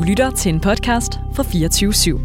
lytter til en podcast fra 24/7.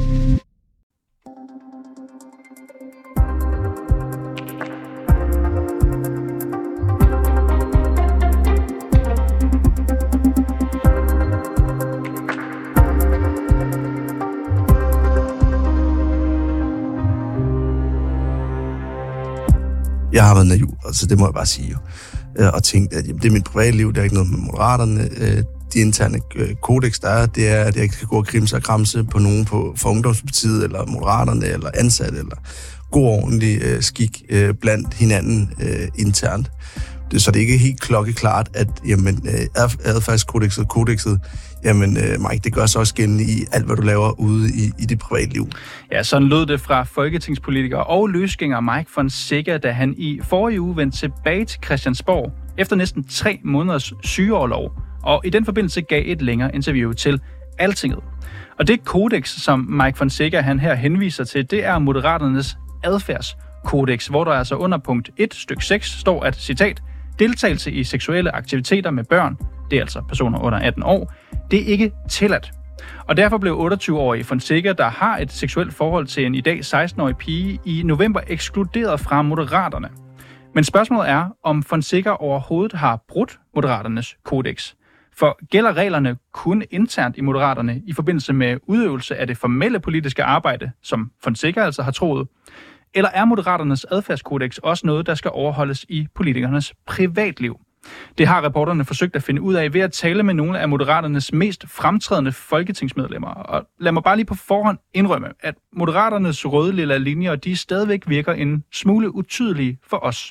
Jeg har været naiv, altså det må jeg bare sige jo. Og tænkt, at jamen, det er mit privatliv, det er ikke noget med Moderaterne. De interne kodex, der er, det er, at jeg ikke skal gå og krimse og kramse på nogen for Ungdomspartiet, eller Moderaterne, eller ansatte, eller god ordentlig skik blandt hinanden internt. Så det er ikke helt klokkeklart, at adfærdskodexet, jamen Mike, det gør så også gældende i alt, hvad du laver ude i dit privatliv. Ja, sådan lød det fra folketingspolitiker og løsgænger Mike Fonseca, da han i forrige uge vendte tilbage til Christiansborg efter næsten 3 måneders sygeorlov, og i den forbindelse gav et længere interview til Altinget. Og det kodex, som Mike Fonseca han her henviser til, det er Moderaternes adfærdskodex, hvor der altså under punkt 1 stykke 6 står, at citat, deltagelse i seksuelle aktiviteter med børn, det er altså personer under 18 år, det er ikke tilladt. Og derfor blev 28-årige Fonseca, der har et seksuelt forhold til en i dag 16-årig pige, i november ekskluderet fra Moderaterne. Men spørgsmålet er, om Fonseca overhovedet har brudt Moderaternes kodex. For gælder reglerne kun internt i Moderaterne i forbindelse med udøvelse af det formelle politiske arbejde, som Fonseca altså har troet? Eller er Moderaternes adfærdskodex også noget, der skal overholdes i politikernes privatliv? Det har reporterne forsøgt at finde ud af ved at tale med nogle af Moderaternes mest fremtrædende folketingsmedlemmer. Og lad mig bare lige på forhånd indrømme, at Moderaternes røde-lilla linjer, de stadigvæk virker en smule utydelige for os.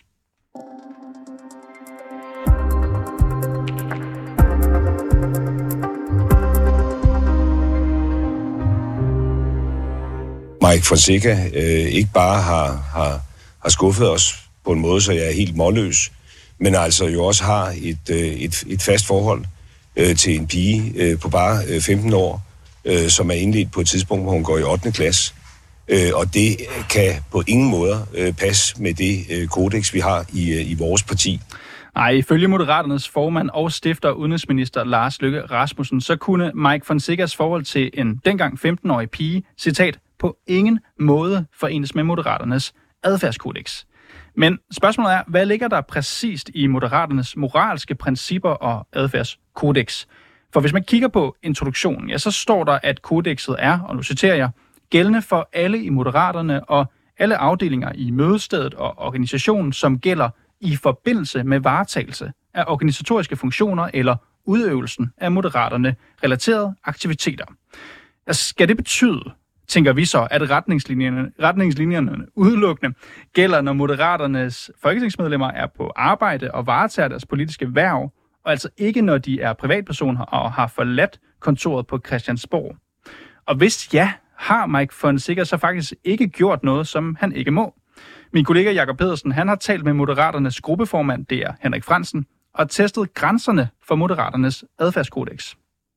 Mike Fonseca ikke bare har skuffet os på en måde, så jeg er helt målløs, men altså jo også har et fast forhold til en pige på bare 15 år, som er indledt på et tidspunkt, hvor hun går i 8. klasse. Og det kan på ingen måde passe med det kodex, vi har i vores parti. Nej, ifølge Moderaternes formand og stifter udenrigsminister Lars Løkke Rasmussen, så kunne Mike Fonsecas forhold til en dengang 15-årig pige, citat, på ingen måde forenes med Moderaternes adfærdskodex. Men spørgsmålet er, hvad ligger der præcist i Moderaternes moralske principper og adfærdskodex? For hvis man kigger på introduktionen, ja, så står der, at kodexet er, og nu citerer jeg, gældende for alle i Moderaterne og alle afdelinger i mødestedet og organisationen, som gælder i forbindelse med varetagelse af organisatoriske funktioner eller udøvelsen af Moderaterne relaterede aktiviteter. Skal det betyde, tænker vi så, at retningslinjerne udelukkende gælder, når Moderaternes folketingsmedlemmer er på arbejde og varetager deres politiske hverv, og altså ikke når de er privatpersoner og har forladt kontoret på Christiansborg? Og hvis ja, har Mike Fonseca så faktisk ikke gjort noget, som han ikke må? Min kollega Jakob Pedersen, han har talt med Moderaternes gruppeformand, det er Henrik Frandsen, og testet grænserne for Moderaternes adfærdskodex.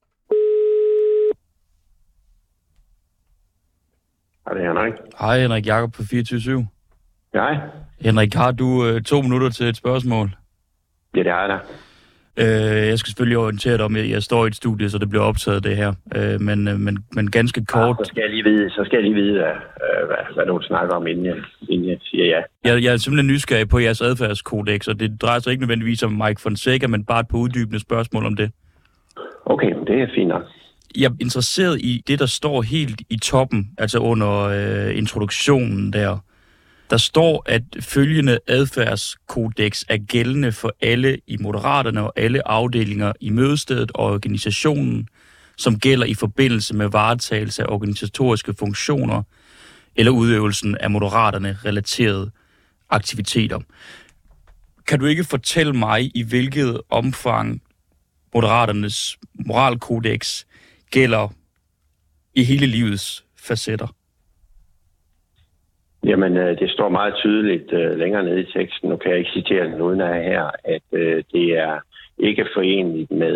Hej, det er Henrik. Hej Henrik, Jakob på 24/7. Hej. Henrik, har du 2 minutter til et spørgsmål? Ja, det har jeg da. Jeg skal selvfølgelig orientere dig om, at jeg står i et studie, så det bliver optaget det her. Men ganske kort... Så skal jeg lige vide, hvad du snakker om, inden jeg siger ja. Jeg er simpelthen nysgerrig på jeres adfærdskodex, og det drejer sig ikke nødvendigvis om Mike Fonseca, men bare et par uddybende spørgsmål om det. Okay, det er fint nok. Jeg er interesseret i det, der står helt i toppen, altså under introduktionen der. Der står, at følgende adfærdskodex er gældende for alle i Moderaterne og alle afdelinger i mødestedet og organisationen, som gælder i forbindelse med varetagelse af organisatoriske funktioner eller udøvelsen af Moderaterne relaterede aktiviteter. Kan du ikke fortælle mig, i hvilket omfang Moderaternes moralkodex gælder i hele livets facetter? Jamen, det står meget tydeligt længere nede i teksten. Nu kan jeg ikke citere den uden af her, at det er ikke forenligt med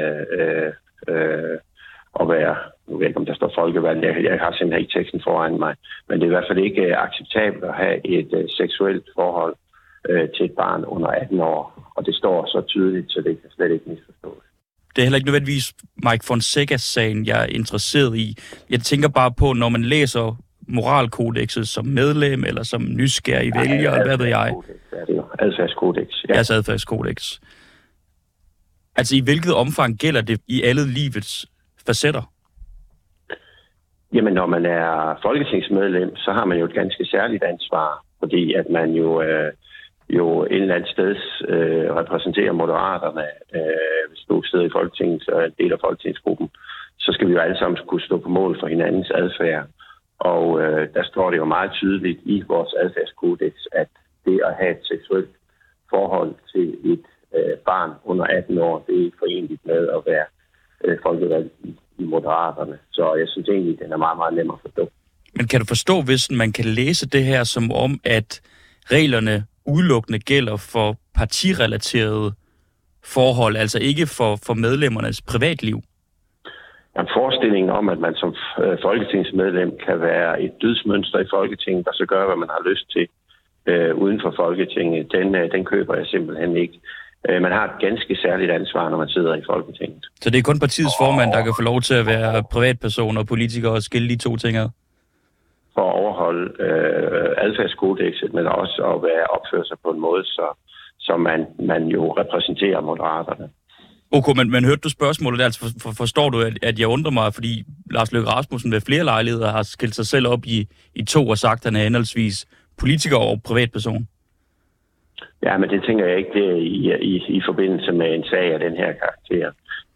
at være, nu ved jeg ikke, om der står folkevalg, jeg har simpelthen ikke teksten foran mig, men det er i hvert fald ikke acceptabelt at have et seksuelt forhold til et barn under 18 år, og det står så tydeligt, så det kan slet ikke misforstås. det er heller ikke nødvendigvis Mike Fonseca-sagen, jeg er interesseret i. Jeg tænker bare på, når man læser moralkodexet som medlem, eller som nysgerrig vælger, eller hvad ved jeg. Adfærdskodex. Ja. Altså adfærdskodex. Altså i hvilket omfang gælder det i alle livets facetter? Jamen, når man er folketingsmedlem, så har man jo et ganske særligt ansvar, fordi at man jo et eller andet sted repræsenterer Moderaterne. Hvis du sidder i Folketinget og er en del af Folketingsgruppen, så skal vi jo alle sammen kunne stå på mål for hinandens adfærd. Og der står det jo meget tydeligt i vores adfærdskodex, at det at have et seksuelt forhold til et barn under 18 år, det er forenligt med at være folkevalgt i Moderaterne. Så jeg synes egentlig, den er meget, meget nem at forstå. Men kan du forstå, hvis man kan læse det her som om, at reglerne udelukkende gælder for partirelaterede forhold, altså ikke for medlemmernes privatliv? En forestilling om, at man som folketingsmedlem kan være et dydsmønster i Folketinget, og så gøre, hvad man har lyst til uden for Folketinget, den køber jeg simpelthen ikke. Man har et ganske særligt ansvar, når man sidder i Folketinget. Så det er kun partiets formand, der kan få lov til at være privatperson og politiker og skille de to ting ad? For at overholde adfærdskodexet, men også at opføre sig på en måde, så man jo repræsenterer Moderaterne. Okay, men hørte du spørgsmålet der? Altså forstår du, at jeg undrer mig, fordi Lars Løkke Rasmussen ved flere lejligheder har skilt sig selv op i to og sagt, at han er henholdsvis politiker og privatperson? Ja, men det tænker jeg ikke, det er i forbindelse med en sag af den her karakter.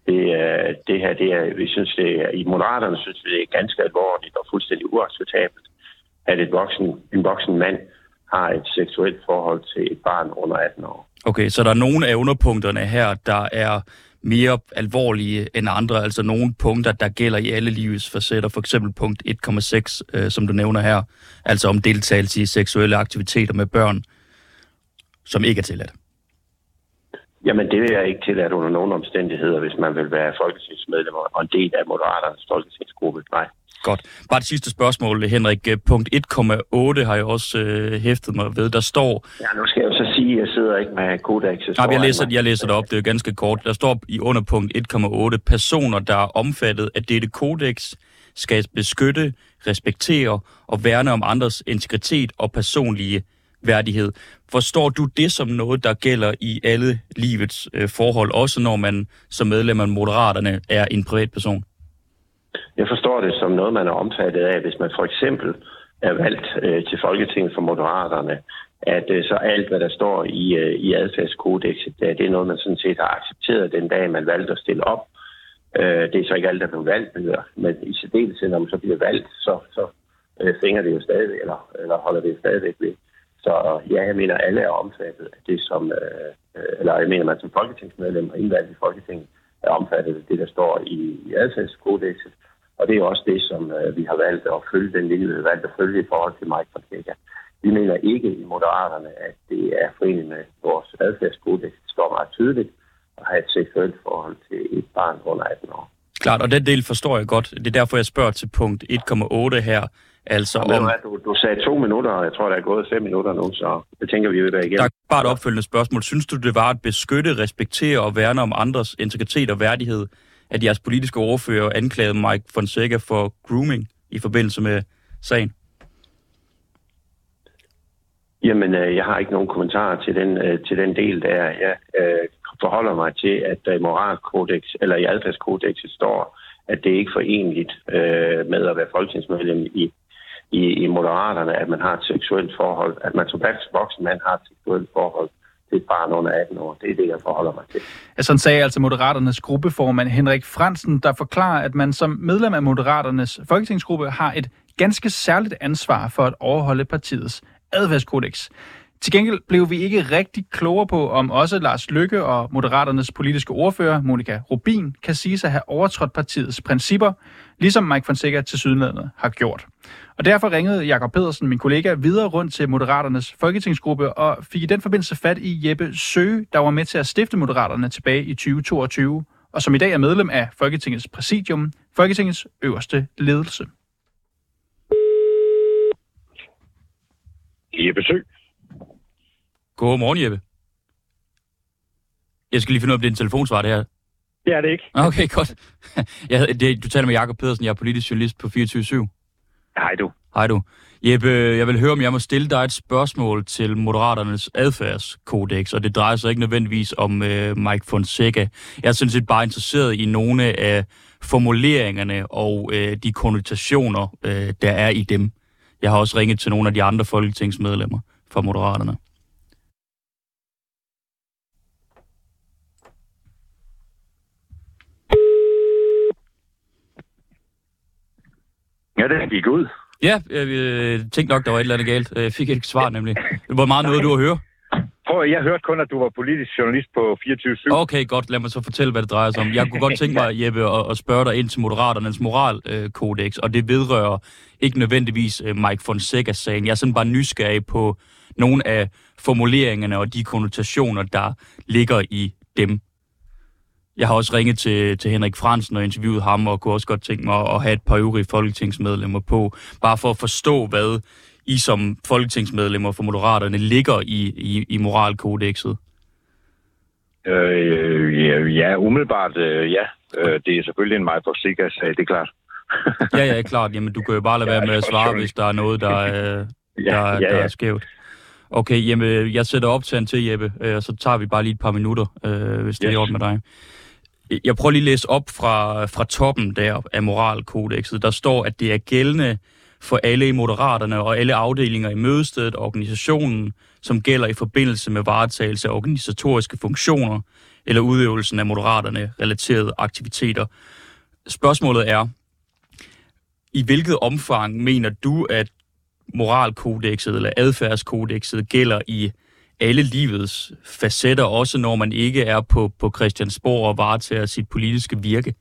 Vi synes, i Moderaterne synes vi, det er ganske alvorligt og fuldstændig uacceptabelt, at en voksen mand har et seksuelt forhold til et barn under 18 år. Okay, så der er nogle af underpunkterne her, der er mere alvorlige end andre, altså nogle punkter, der gælder i alle livets facetter, for eksempel punkt 1,6, som du nævner her, altså om deltagelse i seksuelle aktiviteter med børn, som ikke er tilladt. Jamen, det er ikke tilladt under nogen omstændigheder, hvis man vil være folketingsmedlem og en del af Moderaternes folketingsgruppe. Nej. Godt. Bare det sidste spørgsmål, Henrik. Punkt 1,8 har jeg også hæftet mig ved. Der står... Ja, nu skal jeg jo så sige, at jeg sidder ikke med kodexet. Jeg læser det op, det er jo ganske kort. Der står i under punkt 1,8, personer, der er omfattet af dette kodex, skal beskytte, respektere og værne om andres integritet og personlige værdighed. Forstår du det som noget, der gælder i alle livets forhold, også når man som medlem af Moderaterne er en privatperson? Jeg forstår det som noget, man er omfattet af, hvis man for eksempel er valgt til Folketinget for Moderaterne, at så alt, hvad der står i adfærdskodexet, det er noget, man sådan set har accepteret den dag, man valgte at stille op. Det er så ikke alt, der blev valgt, men i særdeleshed, når man så bliver valgt, så fænger det jo stadig, eller holder det jo stadigvæk ved. Så ja, jeg mener, alle er omfattet af det, jeg mener, man som folketingsmedlem og indvalgt i Folketinget er omfattet af det, der står i adfærdskodexet. Og det er også det, som vi har valgt at følge, den linje, vi har valgt at følge i forhold til Mike Fonseca. Vi mener ikke i Moderaterne, at det er forenet med vores adfærdskodex. Det står meget tydeligt at have et seksuelt forhold til et barn under 18 år. Klart, og den del forstår jeg godt. Det er derfor, jeg spørger til punkt 1,8 her. Altså du sagde 2 minutter, og jeg tror, der er gået 5 minutter nu, så det tænker vi jo være igen. Der er bare et opfølgende spørgsmål. Synes du, det var at beskytte, respektere og værne om andres integritet og værdighed, at jeres politiske ordfører anklagede Mike Fonseca for grooming i forbindelse med sagen? Jamen, jeg har ikke nogen kommentarer til den del der. Jeg forholder mig til, at der i moralkodex eller i adfærdskodexet står, at det ikke er forenligt med at være folketingsmedlem i Moderaterne, at man har et seksuelt forhold, at man som voksen mand har et seksuelt forhold til et barn under 18 år. Det er det, jeg forholder mig til. Ja, sådan sagde altså Moderaternes gruppeformand Henrik Frandsen, der forklarer, at man som medlem af Moderaternes folketingsgruppe har et ganske særligt ansvar for at overholde partiets adfærdskodex. Til gengæld blev vi ikke rigtig klogere på, om også Lars Løkke og Moderaternes politiske ordfører, Monika Rubin, kan siges at have overtrådt partiets principper, ligesom Mike Fonseca tilsyneladende har gjort. Og derfor ringede Jakob Pedersen, min kollega, videre rundt til Moderaternes folketingsgruppe og fik i den forbindelse fat i Jeppe Søe, der var med til at stifte Moderaterne tilbage i 2022, og som i dag er medlem af Folketingets præsidium, Folketingets øverste ledelse. Jeppe Søe. Godmorgen, Jeppe. Jeg skal lige finde ud af, om det er en telefonsvar, det her. Det er det ikke. Okay, godt. Du taler med Jakob Pedersen, jeg er politisk journalist på 24/7. Hej du. Hej du. Jeppe, jeg vil høre, om jeg må stille dig et spørgsmål til Moderaternes adfærdskodex, og det drejer sig ikke nødvendigvis om Mike Fonseca. Jeg er sådan set bare interesseret i nogle af formuleringerne og de konnotationer, der er i dem. Jeg har også ringet til nogle af de andre folketingsmedlemmer fra Moderaterne. Ja, det gik ud. Ja, jeg tænkte nok, der var et eller andet galt. Jeg fik ikke svar, nemlig. Hvor meget noget du at høre? Jeg hørte kun, at du var politisk journalist på 24/7. Okay, godt. Lad mig så fortælle, hvad det drejer sig om. Jeg kunne godt tænke mig, Jeppe, at spørge dig ind til Moderaternes moralkodex, og det vedrører ikke nødvendigvis Mike Fonseca-sagen. Jeg er sådan bare nysgerrig på nogle af formuleringerne og de konnotationer, der ligger i dem. Jeg har også ringet til Henrik Fransen og interviewet ham, og kunne også godt tænke mig at have et par øvrige folketingsmedlemmer på, bare for at forstå, hvad I som folketingsmedlemmer for Moderaterne ligger i moralkodexet. Ja, umiddelbart, ja. Det er selvfølgelig en meget forsikker sag, det er klart. Ja, klart. Jamen, du kan jo bare lade være med at svare, hvis der er noget, der er skævt. Okay, jamen, jeg sætter optagen til, Jeppe, og så tager vi bare lige et par minutter, hvis det er i orden med dig. Jeg prøver lige at læse op fra toppen der af moralkodexet. Der står, at det er gældende for alle i Moderaterne og alle afdelinger i mødestedet og organisationen, som gælder i forbindelse med varetagelse af organisatoriske funktioner eller udøvelsen af Moderaterne relaterede aktiviteter. Spørgsmålet er, i hvilket omfang mener du, at moralkodexet eller adfærdskodexet gælder i alle livets facetter, også når man ikke er på Christiansborg og varetager sit politiske virke?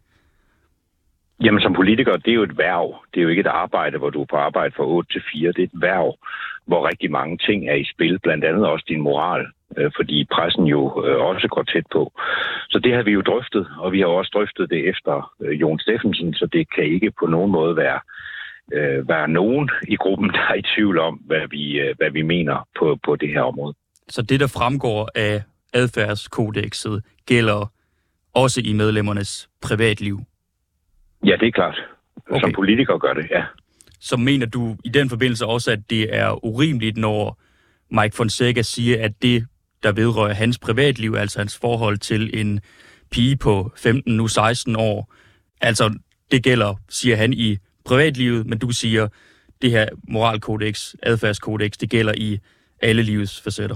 Jamen som politiker, det er jo et hverv. Det er jo ikke et arbejde, hvor du er på arbejde fra 8 til 4. Det er et hverv, hvor rigtig mange ting er i spil, blandt andet også din moral, fordi pressen jo også går tæt på. Så det har vi jo drøftet, og vi har også drøftet det efter Jon Steffensen, så det kan ikke på nogen måde være nogen i gruppen, der er i tvivl om, hvad vi mener på det her område. Så det, der fremgår af adfærdskodexet, gælder også i medlemmernes privatliv? Ja, det er klart. Okay. Som politiker gør det, ja. Så mener du i den forbindelse også, at det er urimeligt, når Mike Fonseca siger, at det, der vedrører hans privatliv, altså hans forhold til en pige på 15, nu 16 år, altså det gælder, siger han, i privatlivet, men du siger, det her moralkodex, adfærdskodex, det gælder i alle livets facetter?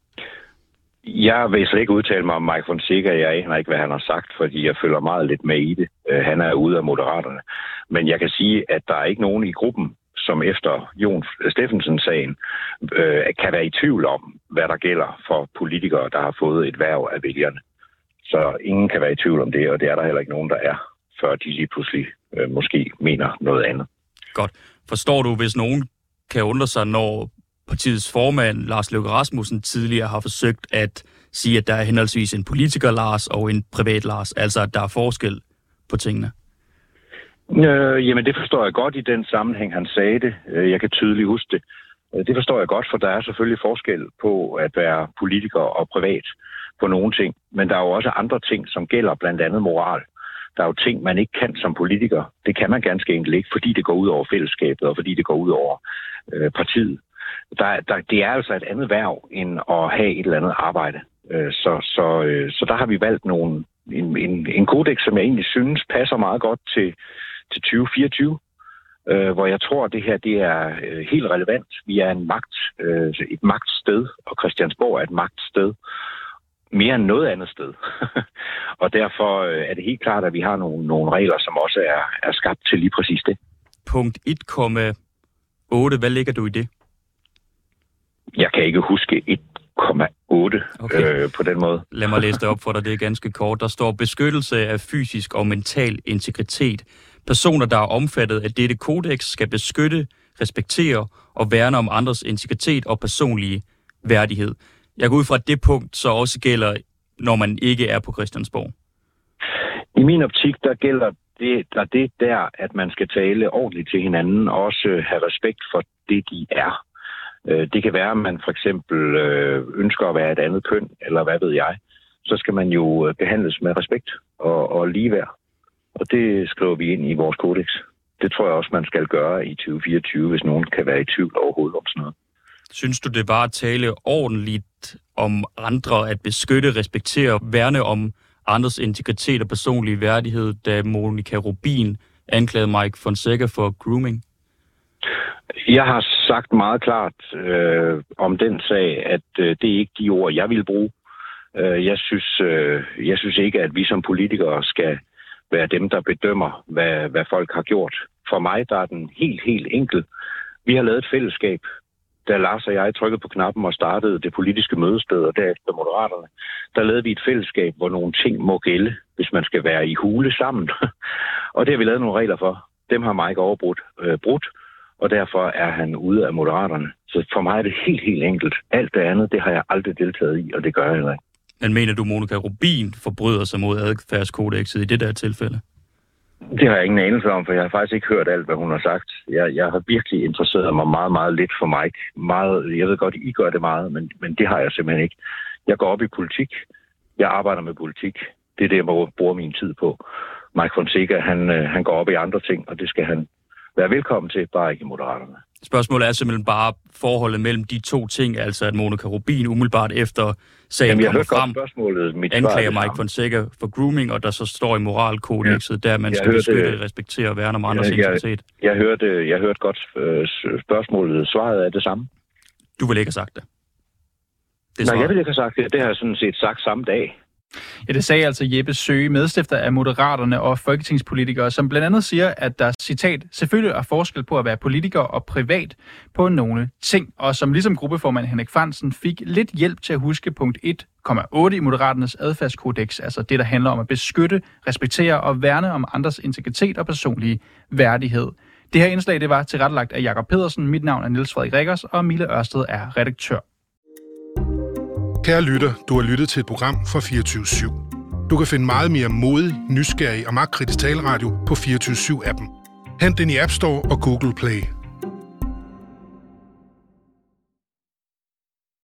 Jeg vil slet ikke udtale mig om Mike Fonseca. Jeg aner ikke, hvad han har sagt, fordi jeg følger meget lidt med i det. Han er ude af Moderaterne. Men jeg kan sige, at der er ikke nogen i gruppen, som efter Jon Steffensen-sagen kan være i tvivl om, hvad der gælder for politikere, der har fået et hverv af vælgerne. Så ingen kan være i tvivl om det, og det er der heller ikke nogen, der er, før de lige pludselig måske mener noget andet. Godt. Forstår du, hvis nogen kan undre sig, når partiets formand, Lars Løkke Rasmussen, tidligere har forsøgt at sige, at der er henholdsvis en politiker Lars og en privat Lars, altså at der er forskel på tingene? Jamen det forstår jeg godt i den sammenhæng, han sagde det. Jeg kan tydeligt huske det. Det forstår jeg godt, for der er selvfølgelig forskel på at være politiker og privat på nogle ting. Men der er jo også andre ting, som gælder, blandt andet moral. Der er jo ting, man ikke kan som politiker. Det kan man ganske enkelt ikke, fordi det går ud over fællesskabet, og fordi det går ud over partiet. Det er altså et andet hverv, end at have et eller andet arbejde. Så der har vi valgt en kodex, som jeg egentlig synes passer meget godt til 2024, hvor jeg tror, at det her det er helt relevant. Vi er et magtsted, og Christiansborg er et magtsted. Mere end noget andet sted. Og derfor er det helt klart, at vi har nogle regler, som også er skabt til lige præcis det. Punkt 1,8, hvad ligger du i det? Jeg kan ikke huske 1,8 på den måde. Lad mig læse det op for dig, det er ganske kort. Der står beskyttelse af fysisk og mental integritet. Personer, der er omfattet af dette kodex, skal beskytte, respektere og værne om andres integritet og personlige værdighed. Jeg går ud fra, at det punkt så også gælder, når man ikke er på Christiansborg. I min optik, der gælder det der, at man skal tale ordentligt til hinanden og også have respekt for det, de er. Det kan være, at man for eksempel ønsker at være et andet køn, eller hvad ved jeg. så skal man jo behandles med respekt og ligeværd. Og det skriver vi ind i vores kodex. Det tror jeg også, man skal gøre i 2024, hvis nogen kan være i tvivl overhovedet om sådan noget. Synes du, det var at tale ordentligt om andre, at beskytte, respektere, værne om andres integritet og personlige værdighed, da Monica Rubin anklagede Mike Fonseca for grooming? Jeg har sagt meget klart om den sag, at det er ikke de ord, jeg vil bruge. Jeg synes ikke, at vi som politikere skal være dem, der bedømmer, hvad folk har gjort. For mig, der er den helt enkel. Vi har lavet et fællesskab, da Lars og jeg trykkede på knappen og startede det politiske mødested, og derefter Moderaterne. Der lavede vi et fællesskab, hvor nogle ting må gælde, hvis man skal være i hule sammen. Og det har vi lavet nogle regler for. Dem har Mike brudt, og derfor er han ude af Moderaterne. Så for mig er det helt enkelt. Alt det andet, det har jeg aldrig deltaget i, og det gør jeg heller ikke. Men mener du, Monica Rubin forbryder sig mod adfærdskodekset i det der tilfælde? Det har jeg ingen anelse om, for jeg har faktisk ikke hørt alt, hvad hun har sagt. Jeg har virkelig interesseret mig meget lidt for Mike. Jeg ved godt, I gør det meget, men det har jeg simpelthen ikke. Jeg går op i politik. Jeg arbejder med politik. Det er det, jeg bruger min tid på. Mike Fonseca, han går op i andre ting, og det skal han være velkommen til, bare ikke i Moderaterne. Spørgsmålet er simpelthen bare forholdet mellem de to ting, altså at Monica Rubin umiddelbart efter sagen kommer frem, anklager Mike Fonseca for grooming, og der så står i moralkodekset, der man skal beskytte, respektere og værne om andres integritet. Jeg hørte godt spørgsmålet. Svaret er det samme. Du vil ikke have sagt det? Nej, jeg vil ikke have sagt det. Det har jeg sådan set sagt samme dag. Ja, det sagde altså Jeppe Søe, medstifter af Moderaterne og folketingspolitikere, som blandt andet siger, at der, citat, selvfølgelig er forskel på at være politiker og privat på nogle ting, og som ligesom gruppeformand Henrik Frandsen fik lidt hjælp til at huske punkt 1,8 i Moderaternes adfærdskodex, altså det, der handler om at beskytte, respektere og værne om andres integritet og personlige værdighed. Det her indslag, det var tilrettelagt af Jakob Pedersen, mit navn er Niels Frederik Rikkers, og Mille Ørsted er redaktør. Kære lytter, du har lyttet til et program fra 24/7. Du kan finde meget mere modig, nysgerrig og magtkritisk taleradio på 24/7-appen. Hent den i App Store og Google Play.